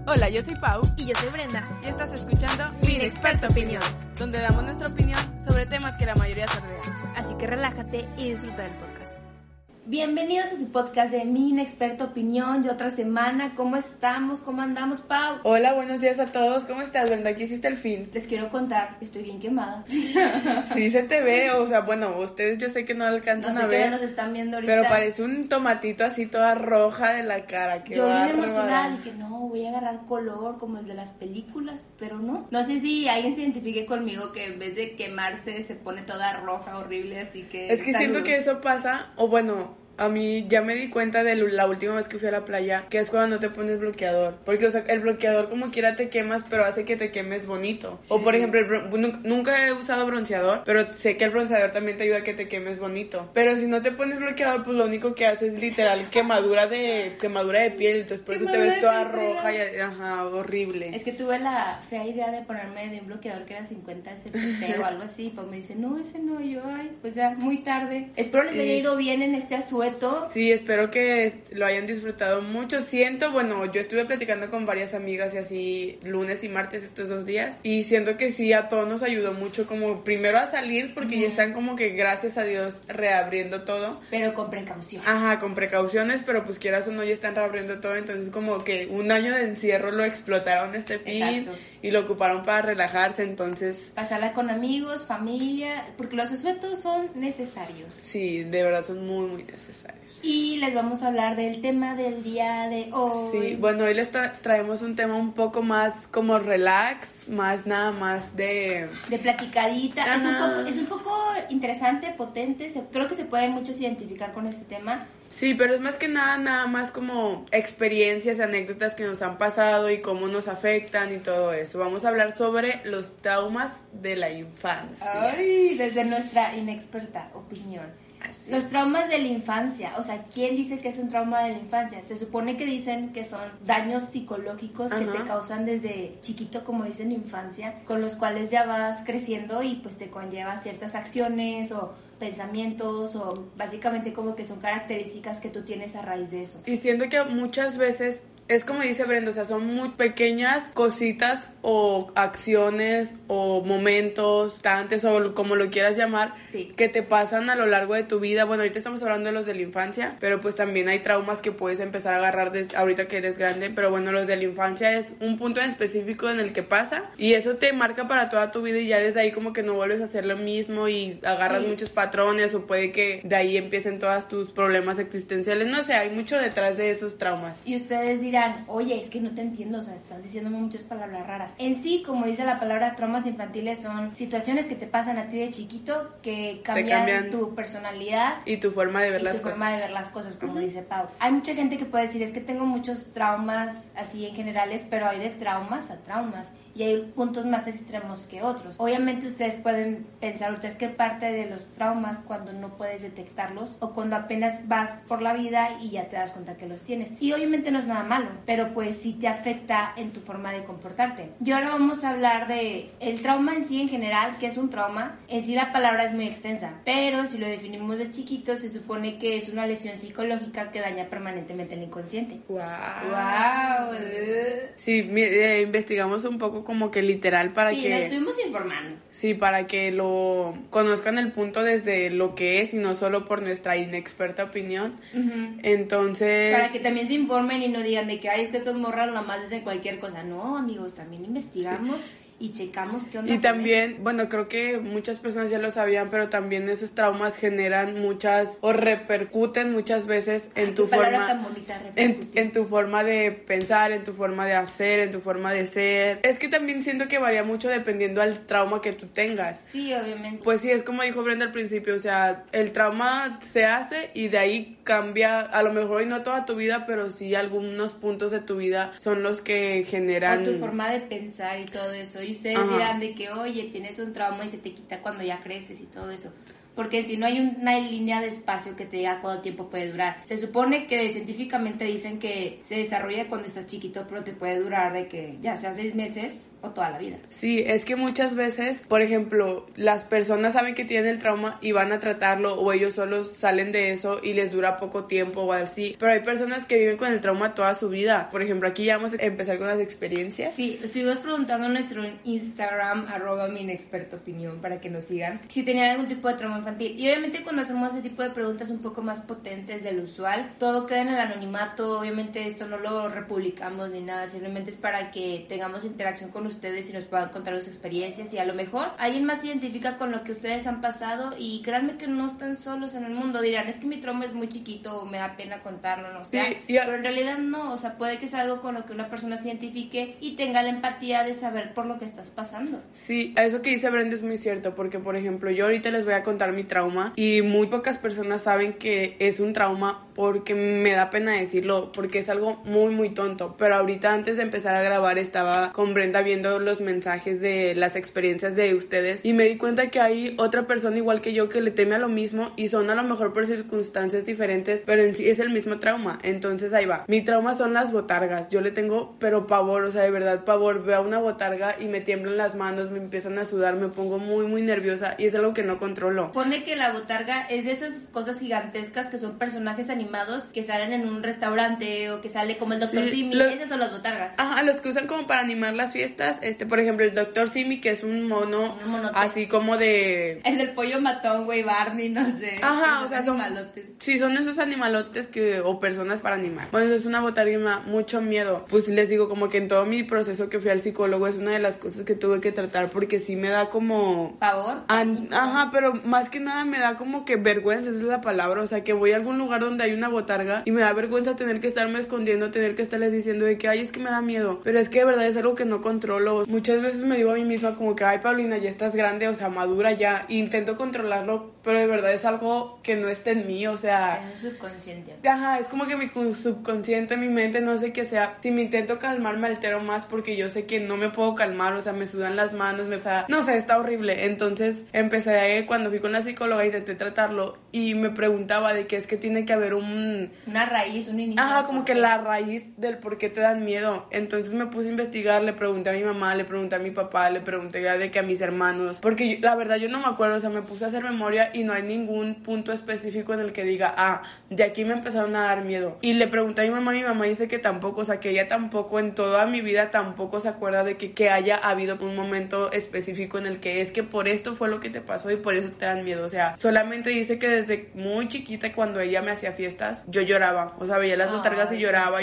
Hola, yo soy Pau. Y yo soy Brenda. Y estás escuchando Mi Inexperta Opinión, donde damos nuestra opinión sobre temas que la mayoría sordean. Así que relájate y disfruta del podcast. Bienvenidos a su podcast de Mi Inexperta Opinión de otra semana. ¿Cómo estamos? ¿Cómo andamos, Pau? Hola, buenos días a todos. ¿Cómo estás, Brenda? ¿Qué hiciste el fin? Les quiero contar que estoy bien quemada. Sí se te ve, o sea, bueno, ustedes yo sé que no alcanzan a ver. No sé que no nos están viendo ahorita. Pero parece un tomatito así toda roja de la cara. Qué yo bien bárbara. emocionada dije, no, voy a agarrar color como el de las películas, pero no. No sé si alguien se identifique conmigo que en vez de quemarse se pone toda roja, horrible, así que... Es que siento que eso pasa, o bueno... A mí ya me di cuenta de la última vez que fui a la playa, que es cuando no te pones bloqueador. Porque, o sea, el bloqueador como quiera te quemas, pero hace que te quemes bonito. Sí. O, por ejemplo, nunca he usado bronceador, pero sé que el bronceador también te ayuda a que te quemes bonito. Pero si no te pones bloqueador, pues lo único que hace es literal quemadura de piel. Entonces, por eso te ves toda roja y, ajá, horrible. Es que tuve la fea idea de ponerme de un bloqueador que era 50 SPF o algo así. Pues me dice, no, ese no. Y yo, ay, pues ya, muy tarde. Espero les haya ido bien en este asueto. Sí, espero que lo hayan disfrutado mucho. Yo estuve platicando con varias amigas y así lunes y martes estos 2 días y siento que sí, a todos nos ayudó mucho como primero a salir porque ya están como que gracias a Dios reabriendo todo. Pero con precaución. Ajá, con precauciones, pero pues quieras o no ya están reabriendo todo, entonces como que un año de encierro lo explotaron este fin. Exacto. Y lo ocuparon para relajarse, entonces... Pasarla con amigos, familia, porque los asuetos son necesarios. Sí, de verdad son muy, muy necesarios. Y les vamos a hablar del tema del día de hoy. Sí, bueno, hoy les traemos un tema un poco más como relax, más nada más de platicadita. Ajá. Es un poco interesante, potente, creo que se pueden muchos identificar con este tema. Sí, pero es más que nada más como experiencias, anécdotas que nos han pasado y cómo nos afectan y todo eso. Vamos a hablar sobre los traumas de la infancia. Ay, desde nuestra inexperta opinión. Así los es. traumas de la infancia, o sea, ¿quién dice que es un trauma de la infancia? Se supone que dicen que son daños psicológicos que te causan desde chiquito, como dicen infancia, con los cuales ya vas creciendo y pues te conlleva ciertas acciones o pensamientos o básicamente como que son características que tú tienes a raíz de eso. Y siento que muchas veces es como dice Brenda, o sea, son muy pequeñas cositas o acciones o momentos, instantes o como lo quieras llamar, sí, que te pasan a lo largo de tu vida. Bueno, ahorita estamos hablando de los de la infancia, pero pues también hay traumas que puedes empezar a agarrar ahorita que eres grande, pero bueno, los de la infancia es un punto en específico en el que pasa y eso te marca para toda tu vida y ya desde ahí como que no vuelves a hacer lo mismo y agarras muchos patrones o puede que de ahí empiecen todos tus problemas existenciales. No sé, hay mucho detrás de esos traumas. Y ustedes dirán, oye, es que no te entiendo, o sea, estás diciéndome muchas palabras raras. En sí, como dice la palabra, traumas infantiles son situaciones que te pasan a ti de chiquito que cambian tu personalidad y tu forma de ver las cosas. Forma de ver las cosas, como dice Pau. Hay mucha gente que puede decir, es que tengo muchos traumas así en generales, pero hay de traumas a traumas. Y hay puntos más extremos que otros. Obviamente ustedes pueden pensar, ¿ustedes qué parte de los traumas cuando no puedes detectarlos o cuando apenas vas por la vida y ya te das cuenta que los tienes? Y obviamente no es nada malo, pero pues sí te afecta en tu forma de comportarte. Y ahora vamos a hablar de el trauma en sí en general, que es un trauma. En sí la palabra es muy extensa, pero si lo definimos de chiquito se supone que es una lesión psicológica que daña permanentemente el inconsciente. ¡Wow! ¡Wow! Sí, investigamos un poco como que literal para que... Sí, nos estuvimos informando. Sí, para que lo conozcan el punto desde lo que es y no solo por nuestra inexperta opinión. Entonces... Para que también se informen y no digan de que, ay, es que estas morras nada más dicen cualquier cosa. No, amigos, también investigamos. Sí. Y checamos qué onda. Y también, bueno, creo que muchas personas ya lo sabían, pero también esos traumas generan o repercuten muchas veces en tu forma, tan bonita, en tu forma de pensar, en tu forma de hacer, en tu forma de ser. Es que también siento que varía mucho dependiendo al trauma que tú tengas. Sí, obviamente. Pues sí, es como dijo Brenda al principio, o sea, el trauma se hace y de ahí cambia, a lo mejor y no toda tu vida, pero sí algunos puntos de tu vida son los que generan... O tu forma de pensar y todo eso. Y ustedes dirán de que, oye, tienes un trauma y se te quita cuando ya creces y todo eso. porque si no hay una línea de espacio que te diga cuánto tiempo puede durar. Se supone que científicamente dicen que se desarrolla cuando estás chiquito, pero te puede durar de que ya sea 6 meses o toda la vida. Sí, es que muchas veces, por ejemplo, las personas saben que tienen el trauma y van a tratarlo, o ellos solos salen de eso y les dura poco tiempo o así, pero hay personas que viven con el trauma toda su vida. Por ejemplo, aquí ya vamos a empezar con las experiencias. Sí, estuvimos preguntando en nuestro Instagram, @minexpertopinión, para que nos sigan, si tenían algún tipo de trauma infantil. Y obviamente cuando hacemos ese tipo de preguntas un poco más potentes del usual, todo queda en el anonimato. Obviamente esto no lo republicamos ni nada, simplemente es para que tengamos interacción con ustedes y nos puedan contar sus experiencias, y a lo mejor alguien más se identifica con lo que ustedes han pasado, y créanme que no están solos en el mundo. Dirán, es que mi trauma es muy chiquito o me da pena contarlo, no sé, pero en realidad no, o sea, puede que sea algo con lo que una persona se identifique y tenga la empatía de saber por lo que estás pasando. Sí, eso que dice Brenda es muy cierto, porque por ejemplo yo ahorita les voy a contar mi trauma y muy pocas personas saben que es un trauma porque me da pena decirlo, porque es algo muy muy tonto. Pero ahorita antes de empezar a grabar estaba con Brenda viendo los mensajes de las experiencias de ustedes y me di cuenta que hay otra persona igual que yo que le teme a lo mismo, y son a lo mejor por circunstancias diferentes, pero en sí es el mismo trauma. Entonces ahí va, mi trauma son las botargas. Yo le tengo pero pavor, o sea, de verdad pavor. Veo una botarga y me tiemblan las manos, me empiezan a sudar, me pongo muy muy nerviosa y es algo que no controlo. Pone que la botarga es de esas cosas gigantescas que son personajes animados que salen en un restaurante, o que sale como el Dr. Simi. Esas son las botargas. Ajá, los que usan como para animar las fiestas. Por ejemplo, el Dr. Simi, que es un mono así como de... El del pollo matón, güey, Barney, no sé. Ajá, o sea, son animalotes. Sí, son esos animalotes o personas para animar. Bueno, es una botarga y me da mucho miedo. Pues les digo, como que en todo mi proceso que fui al psicólogo es una de las cosas que tuve que tratar, porque sí me da como... ¿Pavor? Ajá, pero más que nada me da como que vergüenza, esa es la palabra. O sea, que voy a algún lugar donde hay una botarga y me da vergüenza tener que estarme escondiendo, tener que estarles diciendo de que, ay, es que me da miedo. Pero es que de verdad es algo que no controlo. Muchas veces me digo a mí misma como que, ay, Paulina, ya estás grande, o sea, madura ya. E intento controlarlo, pero de verdad es algo que no está en mí, o sea... Es un subconsciente. Ajá, es como que mi subconsciente, mi mente, no sé qué sea. Si me intento calmar, me altero más porque yo sé que no me puedo calmar, o sea, me sudan las manos, no sé, está horrible. Entonces empecé, cuando fui con la psicóloga, intenté tratarlo y me preguntaba de que es que tiene que haber una raíz, un inicio. Ajá, como que la raíz del por qué te dan miedo. Entonces me puse a investigar, le pregunté a mi mamá, le pregunté a mi papá, le pregunté de que a mis hermanos, porque la verdad yo no me acuerdo, o sea, me puse a hacer memoria y no hay ningún punto específico en el que diga, de aquí me empezaron a dar miedo. Y le pregunté a mi mamá dice que tampoco, o sea, que ella tampoco en toda mi vida tampoco se acuerda de que haya habido un momento específico en el que es que por esto fue lo que te pasó y por eso te dan miedo. O sea, solamente dice que desde muy chiquita, cuando ella me hacía fiestas, yo lloraba, o sea, veía las botargas y lloraba,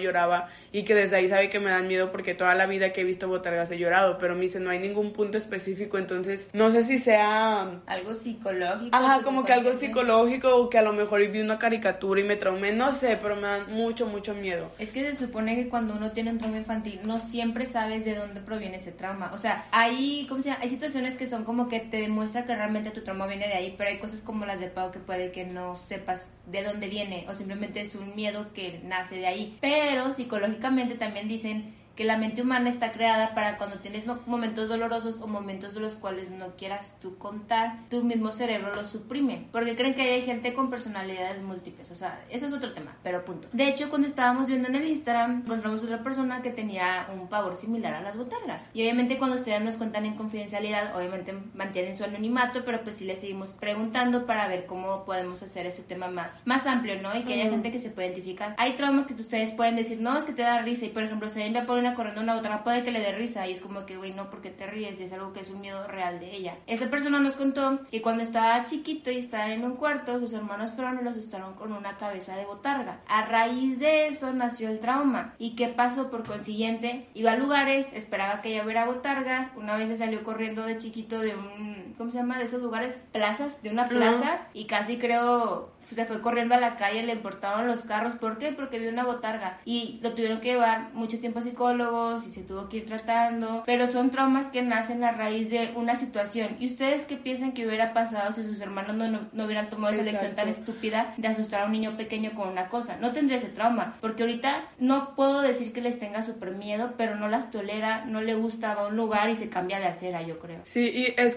y que desde ahí sabe que me dan miedo porque toda la vida que he visto botargas he llorado, pero me dice, no hay ningún punto específico, entonces no sé si sea... algo psicológico. Ajá, como que algo psicológico, o que a lo mejor vi una caricatura y me traumé, no sé, pero me dan mucho miedo. Es que se supone que cuando uno tiene un trauma infantil no siempre sabes de dónde proviene ese trauma. O sea, hay situaciones que son como que te demuestra que realmente tu trauma viene de ahí, pero hay cosas como las de Pau que puede que no sepas de dónde viene, o simplemente es un miedo que nace de ahí. Pero psicológicamente también dicen que la mente humana está creada para cuando tienes momentos dolorosos o momentos de los cuales no quieras tú contar, tu mismo cerebro lo suprime, porque creen que hay gente con personalidades múltiples. O sea, eso es otro tema, pero punto. De hecho, cuando estábamos viendo en el Instagram, encontramos otra persona que tenía un pavor similar a las botargas, y obviamente cuando ustedes nos cuentan en confidencialidad, obviamente mantienen su anonimato, pero pues sí les seguimos preguntando para ver cómo podemos hacer ese tema más amplio, ¿no? Y que haya gente que se pueda identificar. Hay traumas que ustedes pueden decir, no, es que te da risa, y por ejemplo, si alguien ve por corriendo una botarga, puede que le dé risa, y es como que, güey, no, porque te ríes, y es algo que es un miedo real de ella. Esa persona nos contó que cuando estaba chiquito y estaba en un cuarto, sus hermanos fueron y lo asustaron con una cabeza de botarga. A raíz de eso nació el trauma. ¿Y qué pasó? Por consiguiente, iba a lugares, esperaba que ella viera botargas. Una vez se salió corriendo de chiquito de un, ¿cómo se llama? De esos lugares, plazas, de una plaza, y casi creo... se fue corriendo a la calle, le importaban los carros. ¿Por qué? Porque vio una botarga y lo tuvieron que llevar mucho tiempo a psicólogos y se tuvo que ir tratando, pero son traumas que nacen a raíz de una situación. ¿Y ustedes qué piensan que hubiera pasado si sus hermanos no hubieran tomado esa elección tan estúpida de asustar a un niño pequeño con una cosa? No tendría ese trauma, porque ahorita no puedo decir que les tenga súper miedo, pero no las tolera, no le gusta, va a un lugar y se cambia de acera, yo creo. Sí, y es que es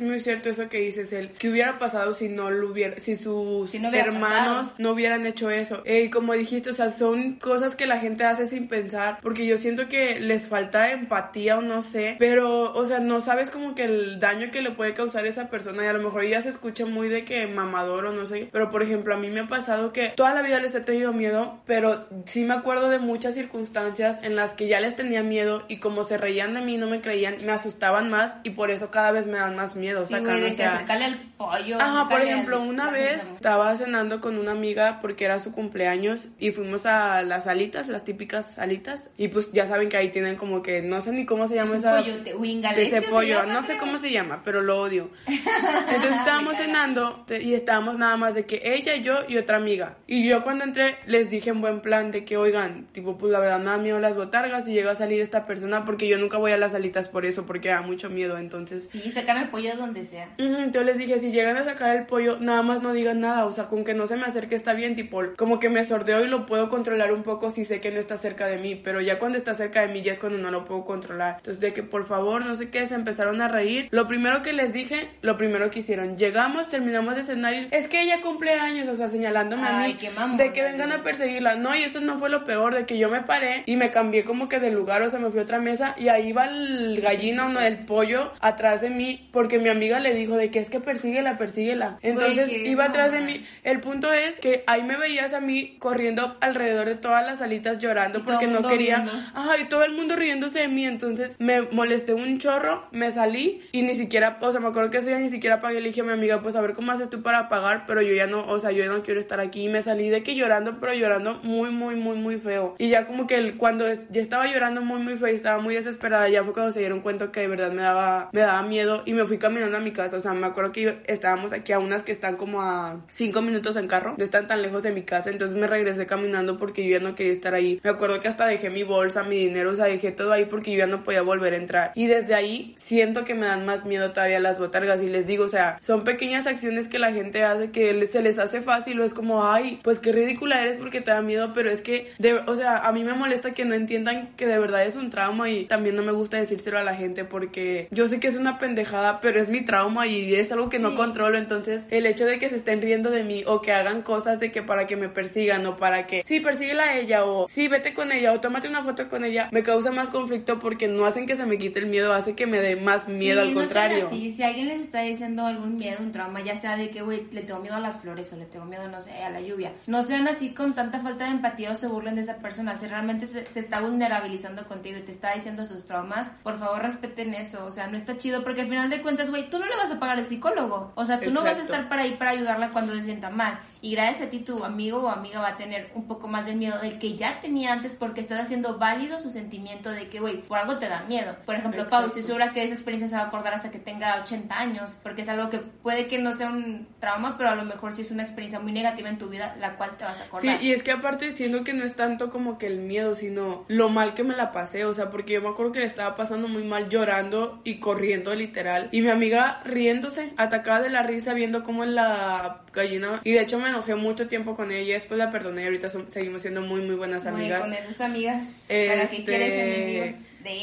muy cierto eso que dices, ¿qué hubiera pasado si no lo hubiera, si sus Si no hubiera hermanos pasado. no hubieran hecho eso? Y como dijiste, o sea, son cosas que la gente hace sin pensar, porque yo siento que les falta empatía o no sé, pero, o sea, no sabes como que el daño que le puede causar a esa persona, y a lo mejor ella se escucha muy de que mamador o no sé, pero por ejemplo, a mí me ha pasado que toda la vida les he tenido miedo, pero sí me acuerdo de muchas circunstancias en las que ya les tenía miedo y como se reían de mí, no me creían, me asustaban más y por eso cada vez me dan más miedo. Sí, güey, de que acercarle al pollo. Ajá, por acercarle ejemplo, una vez estaba cenando con una amiga porque era su cumpleaños y fuimos a las alitas, las típicas alitas, y pues ya saben que ahí tienen como que, no sé ni cómo se llama esa... Ese pollo, no sé cómo se llama, pero lo odio. Entonces estábamos cenando y estábamos nada más de que ella, yo y otra amiga. Y yo cuando entré les dije en buen plan de que, oigan, tipo, pues la verdad me da miedo las botargas y llega a salir esta persona porque yo nunca voy a las alitas por eso, porque da mucho miedo, entonces... Sí, sacan el pollo de donde sea. Entonces les dije, si llegan a sacar el pollo, nada más no digan nada, o sea, con que no se me acerque está bien, tipo, como que me sordeo y lo puedo controlar un poco si sé que no está cerca de mí, pero ya cuando está cerca de mí ya es cuando no lo puedo controlar. Entonces de que por favor, no sé qué, se empezaron a reír. Lo primero que les dije, lo primero que hicieron, llegamos, terminamos de cenar y es que ella cumple años, o sea, señalándome a mí, qué mamón, de que vengan a perseguirla. No, y eso no fue lo peor, de que yo me paré y me cambié como que de lugar, o sea, me fui a otra mesa y ahí va el gallina, uno del pollo, atrás de mí, porque mi amiga le dijo de que es que persíguela. Entonces iba atrás de mí. El punto es que ahí me veías a mí corriendo alrededor de todas las salitas llorando porque no quería. Riendo. Ajá, y todo el mundo riéndose de mí. Entonces me molesté un chorro, me salí y ni siquiera, o sea, me acuerdo que ese día ni siquiera pagué. Le dije a mi amiga, pues a ver cómo haces tú para pagar, pero yo ya no, o sea, yo ya no quiero estar aquí. Y me salí de que llorando, pero llorando muy feo. Y ya como que cuando ya estaba llorando muy feo y estaba muy desesperada, ya fue cuando se dieron cuenta que de verdad me daba miedo y me fui caminando a mi casa. O sea, me acuerdo que estábamos aquí a unas que están como a 5 minutos en carro, no están tan lejos de mi casa, entonces me regresé caminando porque yo ya no quería estar ahí. Me acuerdo que hasta dejé mi bolsa, mi dinero, o sea, dejé todo ahí porque yo ya no podía volver a entrar. Y desde ahí siento que me dan más miedo todavía las botargas y les digo, o sea, son pequeñas acciones que la gente hace que se les hace fácil o es como, ay, pues qué ridícula eres porque te da miedo, pero es que, o sea, a mí me molesta que no entiendan que de verdad es un trauma y también no me gusta decírselo a la gente porque yo sé que es una pendejada, pero es mi trauma y es algo que no controlo, entonces el hecho de que se estén riendo de mí o que hagan cosas de que para que me persigan o para que, sí, persíguela a ella o sí, vete con ella o tómate una foto con ella, me causa más conflicto porque no hacen que se me quite el miedo, hace que me dé más miedo, al contrario. Así. Si alguien les está diciendo algún miedo, un trauma, ya sea de que, güey, le tengo miedo a las flores o le tengo miedo, no sé, a la lluvia, no sean así con tanta falta de empatía o se burlen de esa persona. Si realmente se está vulnerabilizando contigo y te está diciendo sus traumas, por favor respeten eso, o sea, no está chido porque al final de cuentas, güey, tú no le vas a pagar al psicólogo, o sea, tú no vas a estar para ahí para ayudarla cuando se sienta mal. Y gracias a ti tu amigo o amiga va a tener un poco más de miedo del que ya tenía antes porque estás haciendo válido su sentimiento de que, güey, por algo te da miedo. Por ejemplo, Pau, estoy segura que esa experiencia se va a acordar hasta que tenga 80 años porque es algo que puede que no sea un trauma, pero a lo mejor sí es una experiencia muy negativa en tu vida la cual te vas a acordar. Sí, y es que aparte siento que no es tanto como que el miedo, sino lo mal que me la pasé, o sea, porque yo me acuerdo que le estaba pasando muy mal llorando y corriendo literal y mi amiga riéndose, atacada de la risa viendo cómo la gallina, y de hecho me enojé mucho tiempo con ella, después la perdoné y ahorita seguimos siendo muy buenas amigas. Con esas amigas, ¿para qué quieres enemigos?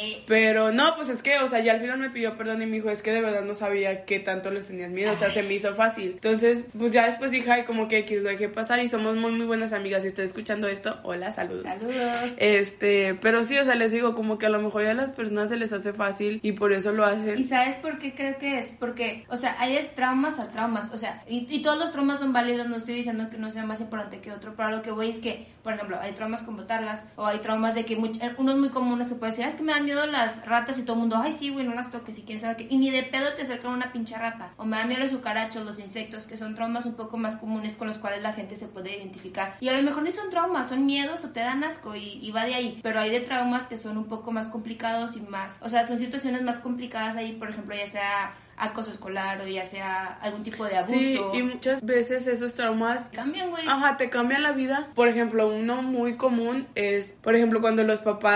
Pero no, pues es que, o sea, ya al final me pidió perdón y me dijo, es que de verdad no sabía qué tanto les tenías miedo, o sea, se me hizo fácil. Entonces, pues ya después dije, ay, como que lo dejé pasar y somos muy buenas amigas. Si estás escuchando esto, hola, saludos. Pero sí, o sea, les digo, como que a lo mejor ya a las personas se les hace fácil y por eso lo hacen. ¿Y sabes por qué creo que es? Porque, o sea, hay de traumas a traumas, o sea, y todos los traumas son válidos, no estoy diciendo que uno sea más importante que otro, pero lo que voy es que, por ejemplo, hay traumas con botargas o hay traumas de que unos muy comunes que puedes decir, es que me dan miedo las ratas y todo el mundo, ay sí, güey, no las toques y quién sabe qué, y ni de pedo te acercan una pinche rata, o me dan miedo los cucarachos, los insectos, que son traumas un poco más comunes con los cuales la gente se puede identificar, y a lo mejor ni son traumas, son miedos o te dan asco y va de ahí, pero hay de traumas que son un poco más complicados y más, o sea, son situaciones más complicadas ahí, por ejemplo, ya sea acoso escolar o ya sea algún tipo de abuso. Sí, y muchas veces esos traumas cambian, güey. Ajá, te cambian la vida. Por ejemplo, uno muy común es, por ejemplo, cuando los papás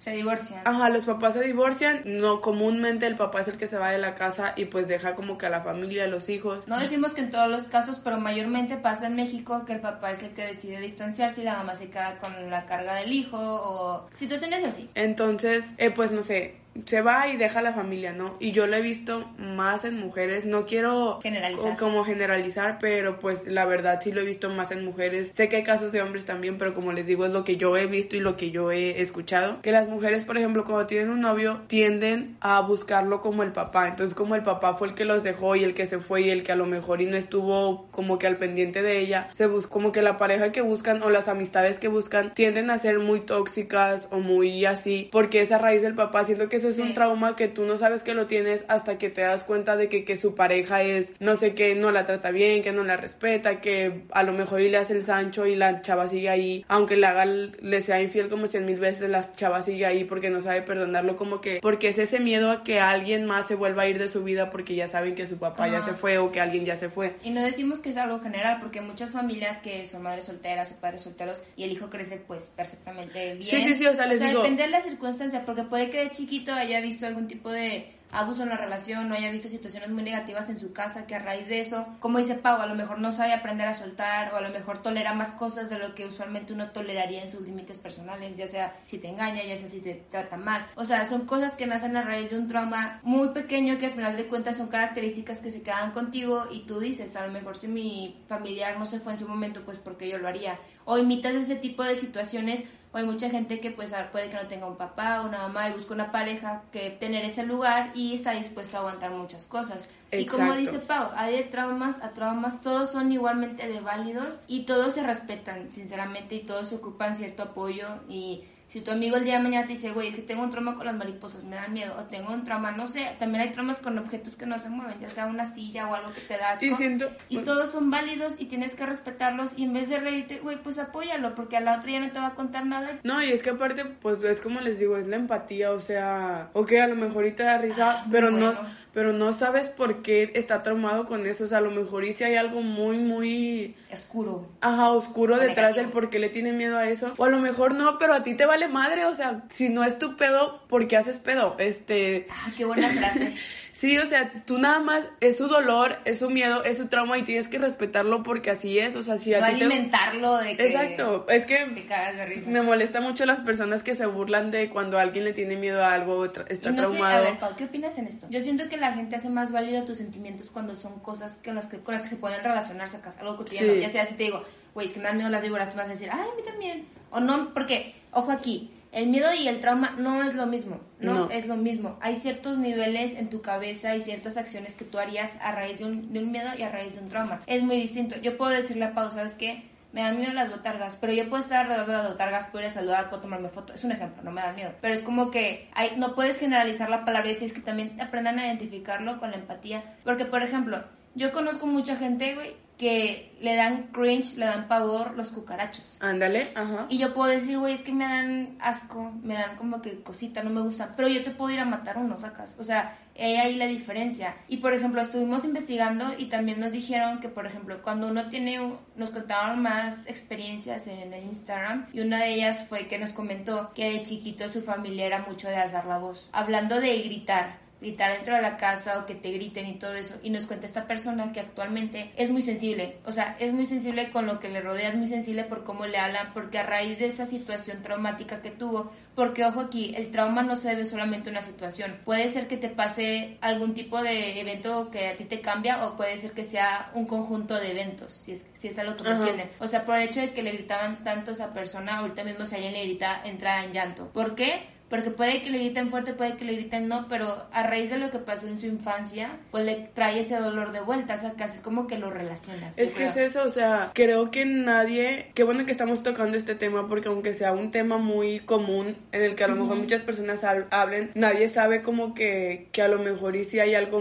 Se divorcian. Ajá, los papás se divorcian, no, comúnmente el papá es el que se va de la casa y pues deja como que a la familia, a los hijos. No decimos que en todos los casos, pero mayormente pasa en México que el papá es el que decide distanciarse y la mamá se queda con la carga del hijo o situaciones así. Entonces, pues no sé, se va y deja a la familia, ¿no? Y yo lo he visto más en mujeres, no quiero generalizar. Como generalizar, pero pues la verdad sí lo he visto más en mujeres. Sé que hay casos de hombres también, pero como les digo es lo que yo he visto y lo que yo he escuchado, que las mujeres, por ejemplo, cuando tienen un novio, tienden a buscarlo como el papá. Entonces, como el papá fue el que los dejó y el que se fue y el que a lo mejor y no estuvo como que al pendiente de ella, se busca como que la pareja que buscan o las amistades que buscan tienden a ser muy tóxicas o muy así, porque es a raíz del papá. Siento que eso es un trauma que tú no sabes que lo tienes hasta que te das cuenta de que su pareja es, no sé, que no la trata bien, que no la respeta, que a lo mejor y le hace el Sancho y la chava sigue ahí, aunque le sea infiel como 100,000 veces, la chava sigue ahí porque no sabe perdonarlo, como que, porque es ese miedo a que alguien más se vuelva a ir de su vida porque ya saben que su papá ya se fue o que alguien ya se fue. Y no decimos que es algo general, porque muchas familias que son madres solteras o padres solteros y el hijo crece pues perfectamente bien. Sí, o sea, les digo, depende de la circunstancia, porque puede que de chiquito haya visto algún tipo de abuso en la relación, no haya visto situaciones muy negativas en su casa, que a raíz de eso, como dice Pau, a lo mejor no sabe aprender a soltar, o a lo mejor tolera más cosas de lo que usualmente uno toleraría en sus límites personales, ya sea si te engaña, ya sea si te trata mal. O sea, son cosas que nacen a raíz de un trauma muy pequeño que al final de cuentas son características que se quedan contigo y tú dices, a lo mejor si mi familiar no se fue en su momento, pues porque yo lo haría. O imitas ese tipo de situaciones. O hay mucha gente que pues puede que no tenga un papá o una mamá y busca una pareja que tener ese lugar y está dispuesto a aguantar muchas cosas. Exacto. Y como dice Pau, hay de traumas a traumas, todos son igualmente de válidos y todos se respetan, sinceramente, y todos ocupan cierto apoyo. Y si tu amigo el día de mañana te dice, güey, es que tengo un trauma con las mariposas, me dan miedo, o tengo un trauma, no sé, también hay traumas con objetos que no se mueven, ya sea una silla o algo que te da asco, y todos son válidos y tienes que respetarlos, y en vez de reírte, güey, pues apóyalo, porque a la otra ya no te va a contar nada. No, y es que aparte, pues es como les digo, es la empatía, o sea, ok, a lo mejor ahorita da risa, pero no sabes por qué está traumado con eso, o sea, a lo mejor y si hay algo muy oscuro. Ajá, oscuro detrás del por qué le tiene miedo a eso, o a lo mejor no, pero a ti te vale madre, o sea, si no es tu pedo, ¿por qué haces pedo? Qué buena frase. Sí, o sea, tú nada más, es su dolor, es su miedo, es su trauma y tienes que respetarlo porque así es, o sea, si no a ti alimentarlo de que... Exacto, es que te cagas de risa. Me molesta mucho las personas que se burlan de cuando alguien le tiene miedo a algo o está traumado. Sé, a ver, Pau, ¿qué opinas en esto? Yo siento que la gente hace más válido tus sentimientos cuando son cosas con las que se pueden relacionarse, algo cotidiano, ya sea si te digo, güey, es que me dan miedo las víboras, tú vas a decir, ay, a mí también, o no, porque, ojo aquí, el miedo y el trauma no es lo mismo, no es lo mismo. Hay ciertos niveles en tu cabeza y ciertas acciones que tú harías a raíz de un miedo y a raíz de un trauma. Es muy distinto. Yo puedo decirle a Pau, ¿sabes qué? Me dan miedo las botargas, pero yo puedo estar alrededor de las botargas, puedo ir a saludar, puedo tomarme foto. Es un ejemplo, no me dan miedo. Pero es como que no puedes generalizar la palabra y decir, es que también aprendan a identificarlo con la empatía. Porque, por ejemplo, yo conozco mucha gente, güey, que le dan cringe, le dan pavor los cucarachos. Ándale, ajá. Y yo puedo decir, güey, es que me dan asco, me dan como que cosita, no me gustan. Pero yo te puedo ir a matar uno, sacas. O sea, ahí la diferencia. Y por ejemplo, estuvimos investigando y también nos dijeron que, por ejemplo, cuando uno nos contaban más experiencias en el Instagram, y una de ellas fue que nos comentó que de chiquito su familia era mucho de alzar la voz. Hablando de gritar dentro de la casa o que te griten y todo eso, y nos cuenta esta persona que actualmente es muy sensible, o sea, es muy sensible con lo que le rodea, es muy sensible por cómo le hablan, porque a raíz de esa situación traumática que tuvo, porque ojo aquí, el trauma no se debe solamente a una situación, puede ser que te pase algún tipo de evento que a ti te cambia, o puede ser que sea un conjunto de eventos, si es algo que me entienden, o sea, por el hecho de que le gritaban tanto a esa persona, ahorita mismo si alguien le grita, entra en llanto, ¿por qué? Porque puede que le griten fuerte, puede que le griten no, pero a raíz de lo que pasó en su infancia, pues le trae ese dolor de vuelta, o sea, casi es como que lo relacionas. Es que es eso, o sea, creo que nadie, qué bueno que estamos tocando este tema, porque aunque sea un tema muy común, en el que a lo mejor muchas personas hablen, nadie sabe como que a lo mejor y si hay algo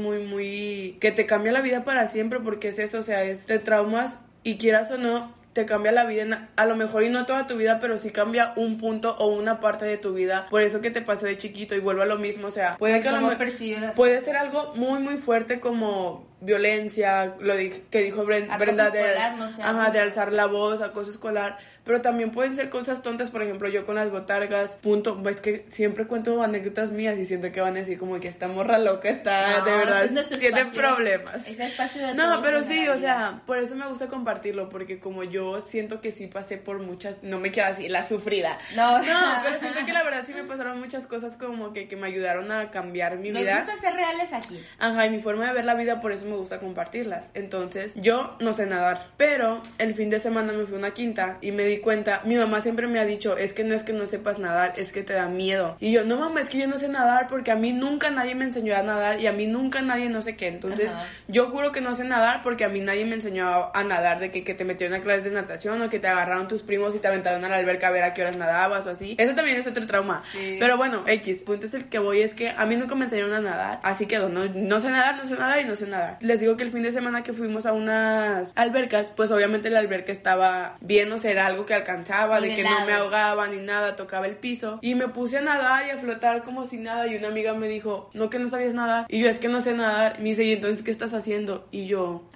muy, que te cambia la vida para siempre, porque es eso, o sea, te traumas y quieras o no, te cambia la vida, a lo mejor y no toda tu vida, pero sí cambia un punto o una parte de tu vida, por eso que te pasó de chiquito, y vuelvo a lo mismo, o sea, puede ser algo muy fuerte como violencia, que dijo Brenda escolar, no sé, de alzar la voz, acoso escolar, pero también pueden ser cosas tontas, por ejemplo, yo con las botargas, es que siempre cuento anécdotas mías y siento que van a decir como que esta morra loca está, de verdad, tiene problemas. Es espacio de no, pero sí, o sea, por eso me gusta compartirlo, porque como yo siento que sí pasé por muchas, no me quiero decir la sufrida, no, pero siento que la verdad sí me pasaron muchas cosas como que me ayudaron a cambiar mi vida. Nos gusta ser reales aquí. Ajá, y mi forma de ver la vida, por eso me gusta compartirlas. Entonces, yo no sé nadar, pero el fin de semana me fui a una quinta y me di cuenta, mi mamá siempre me ha dicho, es que no sepas nadar, es que te da miedo. Y yo, no mamá, es que yo no sé nadar porque a mí nunca nadie me enseñó a nadar y a mí nunca nadie no sé qué. Entonces, yo juro que no sé nadar porque a mí nadie me enseñó a nadar, de que te metieron a clases de natación o que te agarraron tus primos y te aventaron a la alberca a ver a qué horas nadabas o así. Eso también es otro trauma. Sí. Pero bueno, X, punto es el que voy, es que a mí nunca me enseñaron a nadar, así quedó, no sé nadar y no sé nadar. Les digo que el fin de semana que fuimos a unas albercas, pues obviamente la alberca estaba bien, o sea, era algo que alcanzaba, de que no me ahogaba ni nada, tocaba el piso, y me puse a nadar y a flotar como si nada, y una amiga me dijo, no, que no sabías nadar, y yo, es que no sé nadar, me dice, y entonces, ¿qué estás haciendo? Y yo,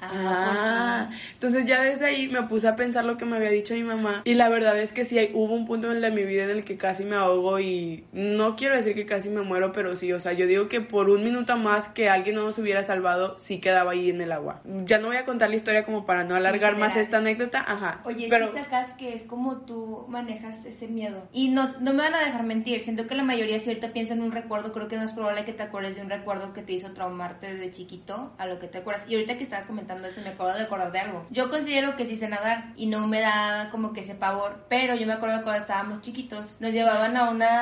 pues sí. Entonces ya desde ahí me puse a pensar lo que me había dicho mi mamá, y la verdad es que sí, hubo un punto en mi vida en el que casi me ahogo, y no quiero decir que casi me muero, pero sí, o sea, yo digo que por un minuto más que alguien no nos hubiera salvado, sí quedaba ahí en el agua. Ya no voy a contar la historia como para no alargar más esta anécdota, Oye, pero si sacas que es como tú manejas ese miedo. Y no me van a dejar mentir, siento que la mayoría si ahorita piensa en un recuerdo, creo que no es probable que te acuerdes de un recuerdo que te hizo traumarte de chiquito a lo que te acuerdas. Y ahorita que estabas comentando eso, me acabo de acordar de algo. Yo considero que sí sé nadar y no me da como que ese pavor, pero yo me acuerdo cuando estábamos chiquitos, nos llevaban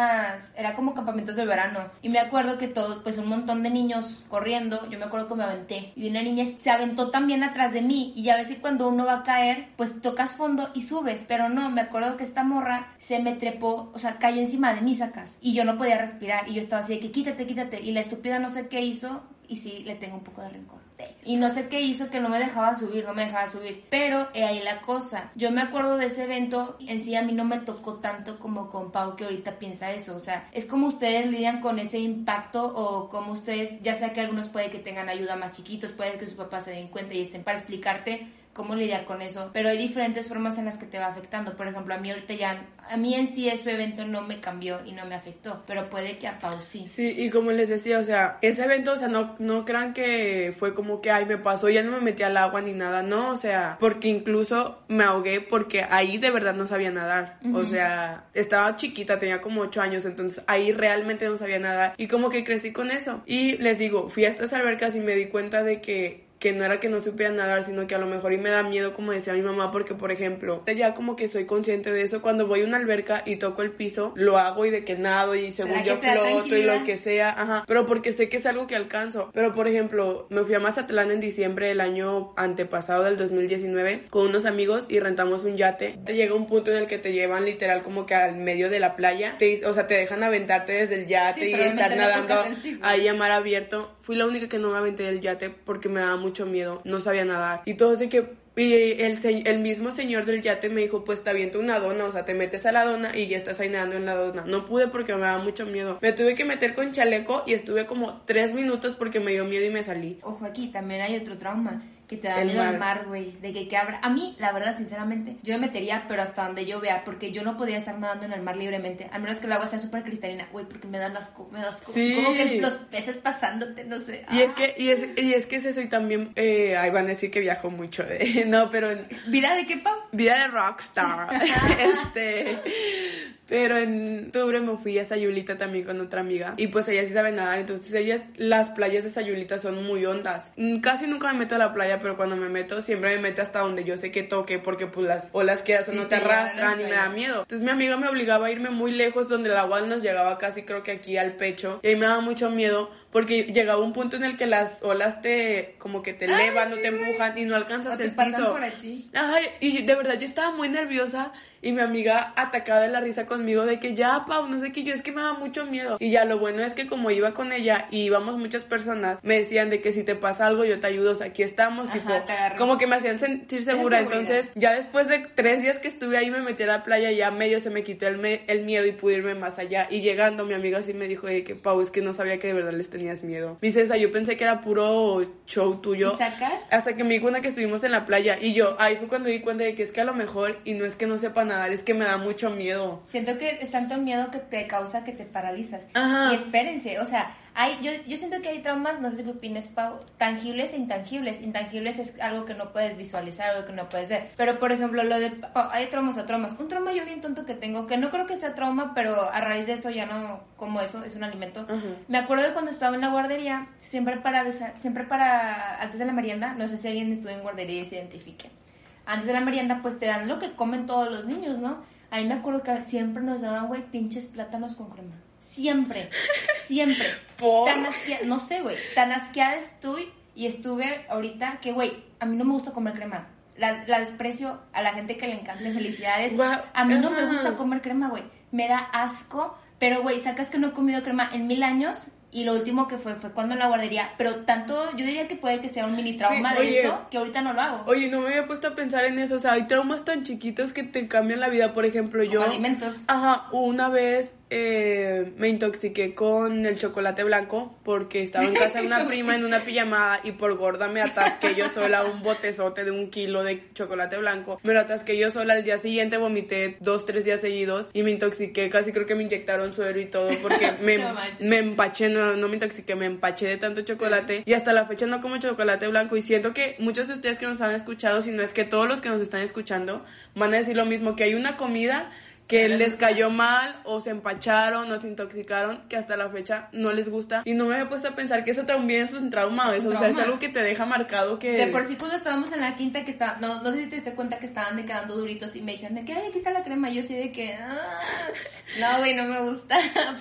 a era como campamentos de verano, y me acuerdo que todo, pues un montón de niños corriendo, yo me acuerdo que me aventé, y una niña se aventó también atrás de mí, y ya ves que cuando uno va a caer, pues tocas fondo y subes, pero no, me acuerdo que esta morra se me trepó, o sea, cayó encima de mí, sacas, y yo no podía respirar, y yo estaba así de que quítate, y la estúpida no sé qué hizo, y sí, le tengo un poco de rencor. Y no sé qué hizo que no me dejaba subir, pero ahí la cosa, yo me acuerdo de ese evento, en sí a mí no me tocó tanto como con Pau, que ahorita piensa eso, o sea, es como ustedes lidian con ese impacto, o como ustedes, ya sea que algunos puede que tengan ayuda más chiquitos, puede que sus papás se den cuenta y estén para explicarte cómo lidiar con eso, pero hay diferentes formas en las que te va afectando. Por ejemplo, a mí en sí ese evento no me cambió y no me afectó, pero puede que a Pau sí. Sí, y como les decía, o sea, ese evento, o sea, no crean que fue como que, me pasó, ya no me metí al agua ni nada, no, o sea, porque incluso me ahogué porque ahí de verdad no sabía nadar, o sea, estaba chiquita, tenía como 8 años, entonces ahí realmente no sabía nadar, y como que crecí con eso, y les digo, fui a estas albercas y me di cuenta de que no era que no supiera nadar, sino que a lo mejor y me da miedo, como decía mi mamá, porque por ejemplo, ya como que soy consciente de eso, cuando voy a una alberca y toco el piso, lo hago y de que nado y según yo floto y lo que sea, pero porque sé que es algo que alcanzo. Pero por ejemplo, me fui a Mazatlán en diciembre del año antepasado, del 2019, con unos amigos y rentamos un yate. Te llega un punto en el que te llevan literal como que al medio de la playa, o sea, te dejan aventarte desde el yate y estar nadando ahí a mar abierto. Fui la única que no me aventé del yate porque me daba mucho miedo, no sabía nadar. Y todos de que... Y el mismo señor del yate me dijo, pues te aviento una dona, o sea, te metes a la dona y ya estás ahí nadando en la dona. No pude porque me daba mucho miedo. Me tuve que meter con chaleco y estuve como 3 minutos porque me dio miedo y me salí. Ojo, aquí también hay otro trauma, que te da miedo al mar, güey, de que abra. A mí, la verdad, sinceramente, yo me metería, pero hasta donde yo vea, porque yo no podía estar nadando en el mar libremente, a menos que el agua sea súper cristalina, güey, porque me dan asco. Sí. Como que los peces pasándote, no sé. Y es que es eso, y también, ahí van a decir que viajo mucho, no, pero... ¿Vida de qué, Pau? Vida de rockstar. Pero en octubre me fui a Sayulita también con otra amiga, y pues ella sí sabe nadar, entonces las playas de Sayulita son muy hondas. Casi nunca me meto a la playa, pero cuando me meto, siempre me meto hasta donde yo sé que toque, porque pues las olas que hacen no te arrastran y me da miedo. Entonces mi amiga me obligaba a irme muy lejos, donde el agua nos llegaba casi creo que aquí al pecho, y ahí me daba mucho miedo, porque llegaba un punto en el que las olas como que te elevan o te empujan y no alcanzas el piso. Por ti. Ay, y de verdad yo estaba muy nerviosa y mi amiga atacada de la risa conmigo de que ya, Pau, no sé qué, yo es que me da mucho miedo. Y ya lo bueno es que como iba con ella y íbamos muchas personas, me decían de que si te pasa algo yo te ayudo, o sea, aquí estamos, tipo, como que me hacían sentir segura. Entonces ya después de 3 días que estuve ahí me metí a la playa, ya medio se me quitó el miedo y pude irme más allá. Y llegando mi amiga sí me dijo de que, Pau, es que no sabía que de verdad les tenía tenías miedo. Mi César, yo pensé que era puro show tuyo. ¿Y sacas? Hasta que me di cuenta que estuvimos en la playa. Y yo, ahí fue cuando di cuenta de que es que a lo mejor, y no es que no sepa nadar, es que me da mucho miedo. Siento que es tanto miedo que te causa que te paralizas. Ajá. Y espérense, o sea, yo siento que hay traumas, no sé qué opines, Pau, tangibles e intangibles. Intangibles es algo que no puedes visualizar, algo que no puedes ver. Pero, por ejemplo, lo de Pau, hay traumas a traumas. Un trauma yo bien tonto que tengo, que no creo que sea trauma, pero a raíz de eso ya no como eso, es un alimento. Me acuerdo de cuando estaba en la guardería, siempre para antes de la merienda, no sé si alguien estuvo en guardería y se identifique. Antes de la merienda, pues te dan lo que comen todos los niños, ¿no? A mí me acuerdo que siempre nos daban, güey, pinches plátanos con crema. Siempre. ¿Por? No sé, güey, tan asqueada estoy y estuve ahorita que, güey, a mí no me gusta comer crema. La desprecio a la gente que le encanta, felicidades. A mí no me gusta comer crema, güey. Me da asco, pero, güey, sacas que no he comido crema en 1000 años y lo último que fue cuando en la guardería. Pero tanto, yo diría que puede que sea un mini trauma de eso, que ahorita no lo hago. Oye, no me había puesto a pensar en eso. O sea, hay traumas tan chiquitos que te cambian la vida. Por ejemplo, yo... Como alimentos. Ajá, una vez me intoxiqué con el chocolate blanco porque estaba en casa de una prima en una pijamada y por gorda me atasqué yo sola un botezote de 1 kilo de chocolate blanco. Me lo atasqué yo sola, al día siguiente vomité 2-3 días seguidos y me intoxiqué, casi creo que me inyectaron suero y todo porque me empaché, no me intoxiqué, me empaché de tanto chocolate y hasta la fecha no como chocolate blanco y siento que muchos de ustedes que nos han escuchado, si no es que todos los que nos están escuchando van a decir lo mismo, que hay una comida que les cayó mal o se empacharon o se intoxicaron que hasta la fecha no les gusta y no me había puesto a pensar que eso también es un trauma, eso, o sea, es algo que te deja marcado que... De por sí cuando estábamos en la quinta que estaba, no sé si te diste cuenta que estaban quedando duritos y me dijeron de que, ay, aquí está la crema, y yo así de que, no, güey, no me gusta.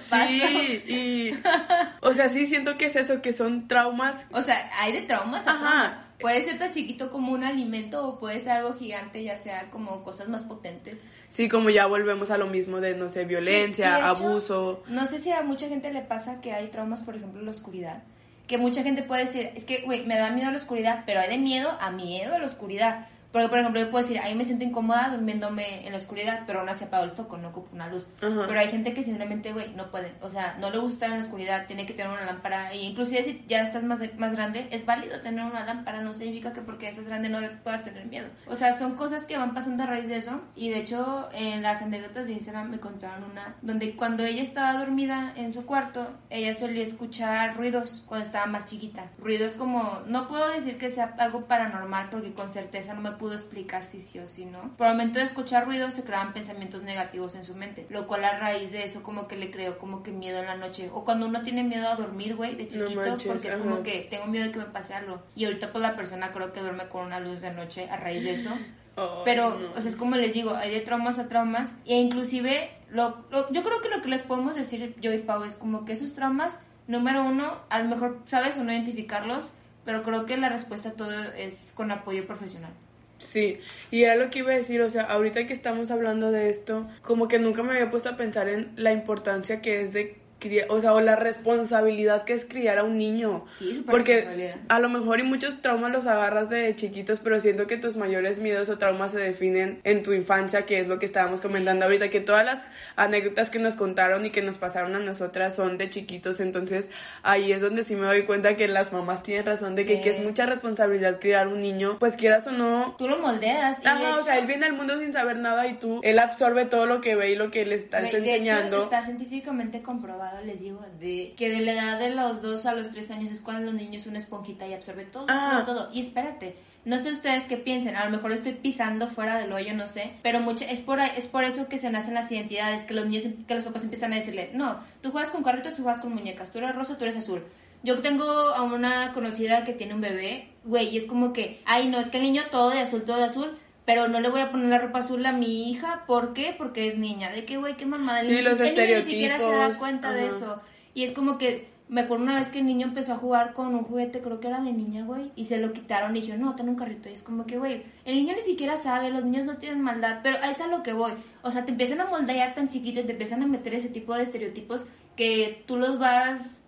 Sí, y o sea, sí siento que es eso, que son traumas. O sea, hay de traumas a traumas. Puede ser tan chiquito como un alimento o puede ser algo gigante, ya sea como cosas más potentes. Sí, como ya volvemos a lo mismo de, no sé, violencia, sí, hecho, abuso. No sé si a mucha gente le pasa que hay traumas, por ejemplo, en la oscuridad. Que mucha gente puede decir, es que, güey, me da miedo a la oscuridad, pero hay de miedo a la oscuridad. Porque, por ejemplo, yo puedo decir, ahí me siento incómoda durmiéndome en la oscuridad, pero aún así apago el foco, no ocupo una luz. Pero hay gente que simplemente, güey, no puede. O sea, no le gusta estar en la oscuridad, tiene que tener una lámpara. E inclusive si ya estás más grande, es válido tener una lámpara. No significa que porque estás grande no puedas tener miedo. O sea, son cosas que van pasando a raíz de eso. Y de hecho, en las anécdotas de Instagram me contaron una donde cuando ella estaba dormida en su cuarto, ella solía escuchar ruidos cuando estaba más chiquita. Ruidos como, no puedo decir que sea algo paranormal porque con certeza no me pudo explicar si sí o si no. Por el momento de escuchar ruidos se creaban pensamientos negativos en su mente, lo cual a raíz de eso como que le creó como que miedo en la noche. O cuando uno tiene miedo a dormir, güey, de chiquito, no manches, porque es como que tengo miedo de que me pase algo. Y ahorita pues la persona creo que duerme con una luz de noche a raíz de eso. Pero, no. O sea, es como les digo, hay de traumas a traumas. E inclusive, yo creo que lo que les podemos decir yo y Pau es como que esos traumas, número uno, a lo mejor sabes o no identificarlos, pero creo que la respuesta a todo es con apoyo profesional. Sí, y era lo que iba a decir, o sea, ahorita que estamos hablando de esto, como que nunca me había puesto a pensar en la importancia que es de criar, o sea, o la responsabilidad que es criar a un niño. Sí, porque a lo mejor y muchos traumas los agarras de chiquitos, pero siento que tus mayores miedos o traumas se definen en tu infancia, que es lo que estábamos comentando ahorita, que todas las anécdotas que nos contaron y que nos pasaron a nosotras son de chiquitos, entonces ahí es donde sí me doy cuenta que las mamás tienen razón de que es mucha responsabilidad criar un niño, pues quieras o no. Tú lo moldeas. Y ajá, o sea, él viene al mundo sin saber nada y él absorbe todo lo que ve y lo que le estás enseñando. De hecho, está científicamente comprobado, les digo, que de la edad de los 2 a los 3 años es cuando los niños una esponjita y absorbe todo. Y espérate, no sé ustedes qué piensen, a lo mejor estoy pisando fuera del hoyo, no sé, pero es por eso que se nacen las identidades, que los los papás empiezan a decirle, no, tú juegas con carritos, tú juegas con muñecas, tú eres rosa, tú eres azul. Yo tengo a una conocida que tiene un bebé, güey, y es como que, ay, no, es que el niño todo de azul, pero no le voy a poner la ropa azul a mi hija, ¿por qué? Porque es niña. De que, güey, qué mamada. Sí, los estereotipos. El niño ni siquiera se da cuenta de eso. Y es como que, me acuerdo una vez que el niño empezó a jugar con un juguete, creo que era de niña, güey, y se lo quitaron y dijeron, no, ten un carrito. Y es como que, güey, el niño ni siquiera sabe, los niños no tienen maldad, pero a eso es a lo que voy. O sea, te empiezan a moldear tan chiquito y te empiezan a meter ese tipo de estereotipos que tú los vas...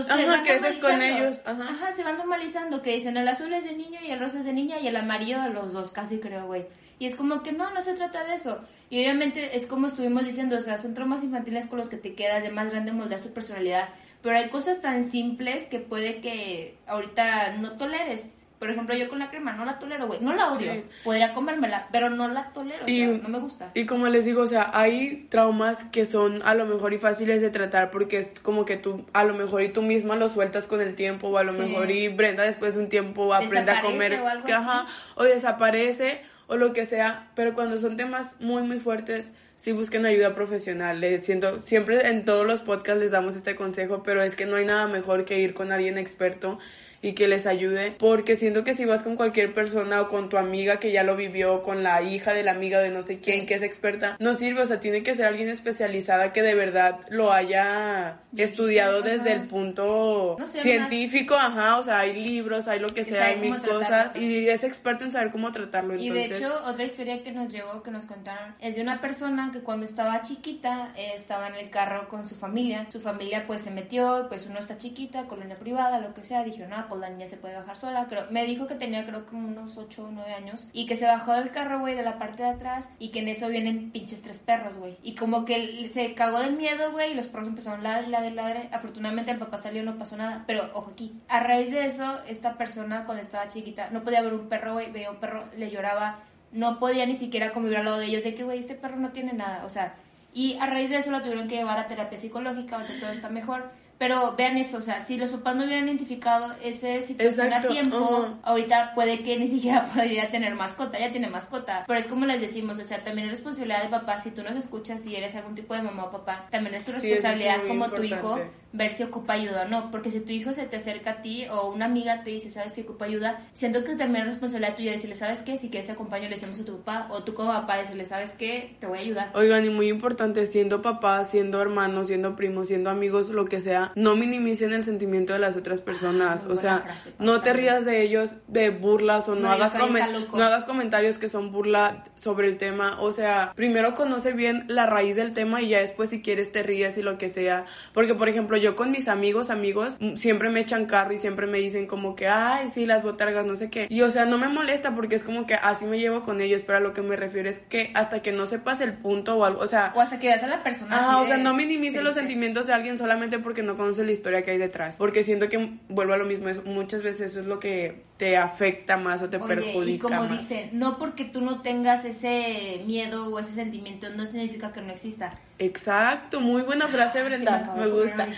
creces con ellos. Se van normalizando, que dicen el azul es de niño y el rosa es de niña y el amarillo a los dos, casi creo, güey. Y es como que no se trata de eso. Y obviamente es como estuvimos diciendo, o sea, son traumas infantiles con los que te quedas, de más grande moldeas tu personalidad. Pero hay cosas tan simples que puede que ahorita no toleres. Por ejemplo, yo con la crema no la tolero, güey. No la odio. Sí. Podría comérmela, pero no la tolero. O sea, no me gusta. Y como les digo, o sea, hay traumas que son a lo mejor y fáciles de tratar porque es como que tú, a lo mejor y tú misma lo sueltas con el tiempo, o a lo mejor y Brenda después de un tiempo aprende a comer. O algo así. O desaparece, o lo que sea. Pero cuando son temas muy, muy fuertes, sí busquen ayuda profesional. Siempre en todos los podcasts les damos este consejo, pero es que no hay nada mejor que ir con alguien experto y que les ayude, porque siento que si vas con cualquier persona o con tu amiga que ya lo vivió, con la hija de la amiga de no sé quién que es experta, no sirve, o sea, tiene que ser alguien especializada que de verdad lo haya estudiado desde el punto científico, o sea, hay libros, hay lo que sea, hay mil cosas, y es experta en saber cómo tratarlo, entonces. Y de hecho, otra historia que nos llegó, que nos contaron, es de una persona que cuando estaba chiquita, estaba en el carro con su familia pues se metió, pues uno está chiquita, colonia privada, lo que sea, dijeron, pues la niña se puede bajar sola, me dijo que tenía creo que unos 8 o 9 años, y que se bajó del carro, güey, de la parte de atrás, y que en eso vienen pinches 3 perros, güey, y como que se cagó del miedo, güey, y los perros empezaron a ladrar, afortunadamente el papá salió, no pasó nada, pero ojo aquí, a raíz de eso, esta persona cuando estaba chiquita, no podía ver un perro, güey, veía un perro, le lloraba, no podía ni siquiera convivir al lado de ellos, de que, güey, este perro no tiene nada, o sea, y a raíz de eso la tuvieron que llevar a terapia psicológica, ahorita todo está mejor. Pero vean eso, o sea, si los papás no hubieran identificado esa situación a tiempo, ahorita puede que ni siquiera podría tener mascota, ya tiene mascota. Pero es como les decimos, o sea, también es responsabilidad de papá, si tú nos escuchas y eres algún tipo de mamá o papá, también es tu responsabilidad como tu hijo ver si ocupa ayuda o no. Porque si tu hijo se te acerca a ti o una amiga te dice, ¿sabes que ocupa ayuda? Siento que también es responsabilidad tuya decirle, ¿sabes qué? Si quieres te acompaño, le decimos a tu papá, o tú como papá decirle, ¿sabes qué? Te voy a ayudar. Oigan, y muy importante, siendo papá, siendo hermano, siendo primo, siendo amigos, lo que sea, no minimicen el sentimiento de las otras personas, o sea, frase, no te rías de ellos de burlas o no hagas comentarios que son burla sobre el tema, o sea, primero conoce bien la raíz del tema y ya después si quieres te ríes y lo que sea, porque por ejemplo yo con mis amigos siempre me echan carro y siempre me dicen como que, ay sí, las botargas, no sé qué, y o sea, no me molesta porque es como que así me llevo con ellos, pero a lo que me refiero es que hasta que no sepas el punto o algo, o sea, o hasta que veas a la persona o sea, no minimices los sentimientos de alguien solamente porque no conoces la historia que hay detrás, porque siento que vuelvo a lo mismo, muchas veces eso es lo que te afecta más o te perjudica y como más. Dicen, no porque tú no tengas ese miedo o ese sentimiento no significa que no exista. Exacto, muy buena frase, Brenda, me gusta.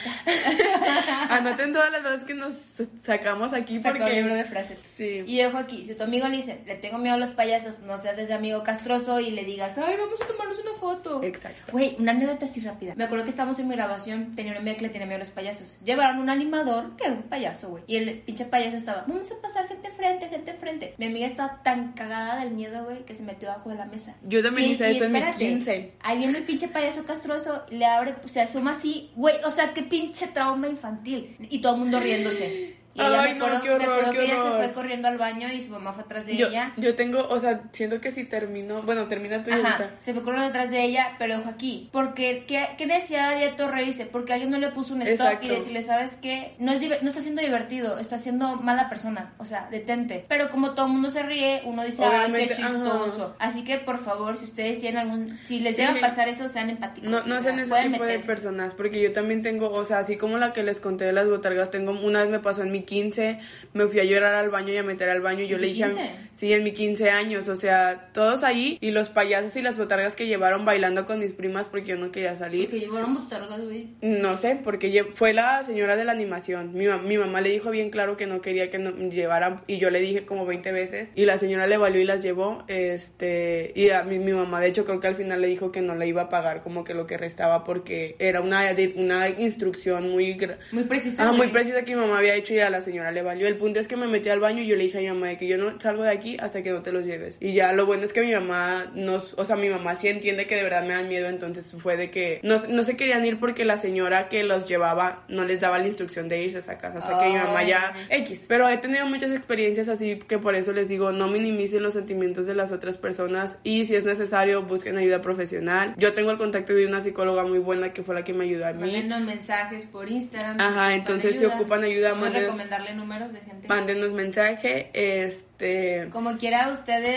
Anoten todas las frases que nos sacamos aquí porque un libro de frases. Sí. Y ojo aquí, si tu amigo le dice, le tengo miedo a los payasos, no seas ese amigo castroso y le digas, ay, vamos a tomarnos una foto. Exacto. Güey, una anécdota así rápida. Me acuerdo que estábamos en mi graduación, tenía una amiga que le tenía miedo a los payasos. Llevaron un animador que era un payaso, güey. Y el pinche payaso estaba, vamos a pasar gente enfrente. Mi amiga estaba tan cagada del miedo, güey, que se metió abajo de la mesa. Yo también hice eso en mi 15. Ahí viene el pinche payaso castroso, le abre, se asoma así, güey, o sea, qué pinche trauma infantil. Y todo el mundo riéndose. Y ella me acuerdo que ella se fue corriendo al baño y su mamá fue atrás de ella. Yo tengo, o sea, siento que si termino, bueno, termina tú ahorita. Se fue corriendo detrás de ella, pero ojo aquí, porque ¿qué necesidad había todo reírse? Porque alguien no le puso un stop y decirle, ¿sabes qué? No está siendo divertido, está siendo mala persona, o sea, detente. Pero como todo el mundo se ríe, uno dice, obviamente, ay, qué chistoso. Así que, por favor, si ustedes tienen si les llega a pasar eso, sean empáticos. No sean ese tipo de personas, porque yo también tengo, o sea, así como la que les conté de las botargas, una vez me pasó en mi 15, me fui a llorar al baño y a meter al baño y yo le dije, sí, en mi 15 años, o sea, todos ahí y los payasos y las botargas que llevaron bailando con mis primas porque yo no quería salir. ¿Por qué llevaron botargas, güey? No sé, porque fue la señora de la animación, mi mamá le dijo bien claro que no quería que llevaran y yo le dije como 20 veces y la señora le valió y las llevó, y a mi mamá de hecho creo que al final le dijo que no le iba a pagar como que lo que restaba porque era una instrucción muy precisa. Muy precisa que mi mamá había hecho y a la señora le valió. El punto es que me metí al baño y yo le dije a mi mamá de que yo no salgo de aquí hasta que no te los lleves. Y ya lo bueno es que mi mamá mi mamá sí entiende que de verdad me dan miedo, entonces fue de que no se querían ir porque la señora que los llevaba no les daba la instrucción de irse a esa casa hasta que mi mamá ya X. Pero he tenido muchas experiencias así que por eso les digo, no minimicen los sentimientos de las otras personas y si es necesario busquen ayuda profesional. Yo tengo el contacto de una psicóloga muy buena que fue la que me ayudó a mí. Mándenos mensajes por Instagram. Entonces si ocupan ayuda, recomendarle números de gente. Mándenos mensaje, Como quiera, ustedes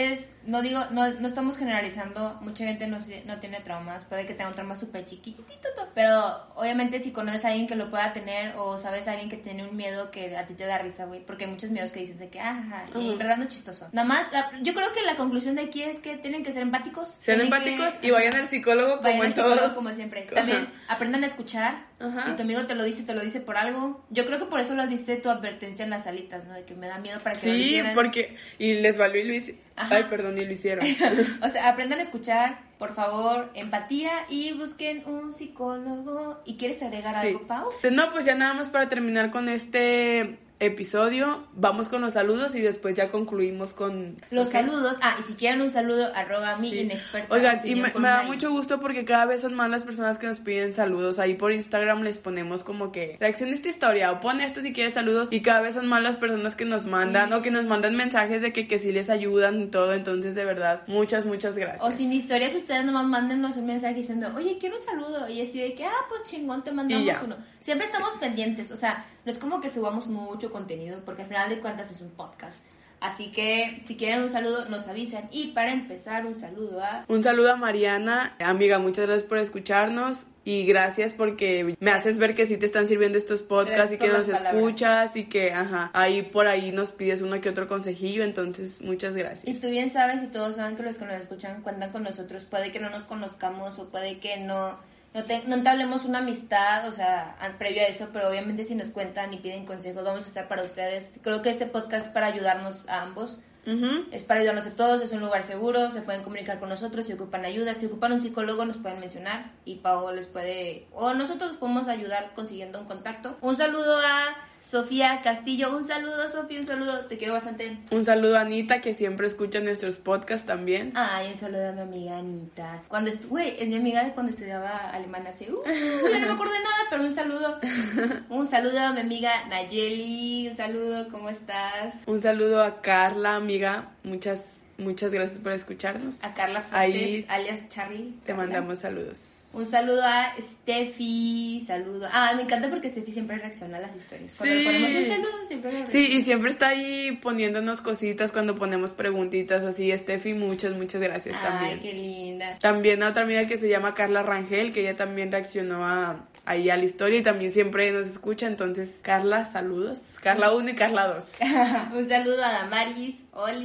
no estamos generalizando, mucha gente no tiene traumas, puede que tenga un trauma súper chiquitito, pero obviamente si conoces a alguien que lo pueda tener o sabes a alguien que tiene un miedo que a ti te da risa, güey, porque hay muchos miedos que dices de que, ajá, y en verdad no es chistoso. Nada más, yo creo que la conclusión de aquí es que tienen que ser empáticos. Sean empáticos y vayan al psicólogo como en todos. Como siempre. También aprendan a escuchar. Ajá. Si tu amigo te lo dice por algo. Yo creo que por eso les diste tu advertencia en las salitas, ¿no? De que me da miedo para que lo hicieran. Sí, porque... Y les valió y lo hicieron. Ay, perdón, y lo hicieron. O sea, aprendan a escuchar, por favor, empatía y busquen un psicólogo. ¿Y quieres agregar algo, Pau? No, pues ya nada más para terminar con este episodio, vamos con los saludos y después ya concluimos con los saludos. Y si quieren un saludo, @mi_inexperta. Oigan, y me da mucho gusto porque cada vez son más las personas que nos piden saludos. Ahí por Instagram les ponemos como que reacciona esta historia o pon esto si quieres saludos, y cada vez son más las personas que nos mandan o que nos mandan mensajes de que sí les ayudan y todo. Entonces, de verdad, muchas gracias. O sin historias, ustedes nomás mándenos un mensaje diciendo, oye, quiero un saludo, y así de que, pues chingón, te mandamos uno. Siempre estamos pendientes, o sea, no es como que subamos mucho contenido, porque al final de cuentas es un podcast. Así que si quieren un saludo, nos avisan. Y para empezar, un saludo a Mariana. Amiga, muchas gracias por escucharnos. Y gracias porque me haces ver que sí te están sirviendo estos podcasts y que nos escuchas y que, ahí por ahí nos pides uno que otro consejillo. Entonces, muchas gracias. Y tú bien sabes y todos saben que los que nos escuchan cuentan con nosotros. Puede que no nos conozcamos o puede que no entablemos una amistad, o sea, previo a eso, pero obviamente si nos cuentan y piden consejos, vamos a estar para ustedes. Creo que este podcast es para ayudarnos a ambos. Es para ayudarnos a todos, es un lugar seguro, se pueden comunicar con nosotros si ocupan ayuda, si ocupan un psicólogo nos pueden mencionar y Pau les puede, o nosotros les podemos ayudar consiguiendo un contacto. Un saludo a Sofía Castillo, un saludo Sofía, un saludo, te quiero bastante. Un saludo a Anita que siempre escucha nuestros podcasts también. Un saludo a mi amiga Anita. Es mi amiga de cuando estudiaba alemán hace, ya no me acuerdo de nada, pero un saludo. Un saludo a mi amiga Nayeli, un saludo, ¿cómo estás? Un saludo a Carla, amiga, muchas gracias por escucharnos. A Carla Fuentes, alias Charlie. Te mandamos saludos. Un saludo a Steffi, saludo. Me encanta porque Steffi siempre reacciona a las historias. Cuando le ponemos un saludo, siempre reacciona. Sí, y siempre está ahí poniéndonos cositas cuando ponemos preguntitas o así. Steffi, muchas gracias también. Ay, qué linda. También a otra amiga que se llama Carla Rangel, que ella también reaccionó ahí a la historia y también siempre nos escucha. Entonces, Carla, saludos. Carla 1 y Carla 2. Un saludo a Damaris,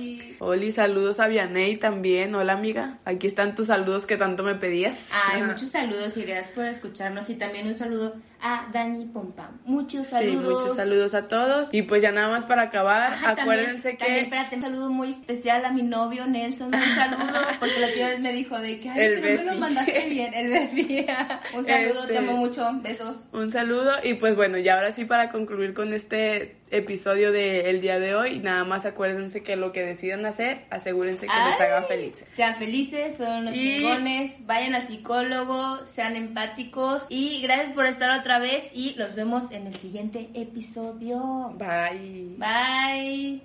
Oli, saludos a Vianey también. Hola, amiga. Aquí están tus saludos que tanto me pedías. Muchos saludos y gracias por escucharnos. Y también un saludo a Dani Pompam. Muchos saludos. Sí, muchos saludos a todos. Y pues ya nada más para acabar, acuérdense también, espérate, un saludo muy especial a mi novio Nelson. Un saludo, porque la última vez me dijo de que no me lo mandaste bien. El Befi. Un saludo, te amo mucho. Besos. Un saludo. Y pues bueno, ya ahora sí para concluir con este episodio del día de hoy, nada más acuérdense que lo que decidan hacer, asegúrense que les haga felices. Sean felices, son los chingones, vayan al psicólogo, sean empáticos y gracias por estar otra vez y los vemos en el siguiente episodio. Bye. Bye.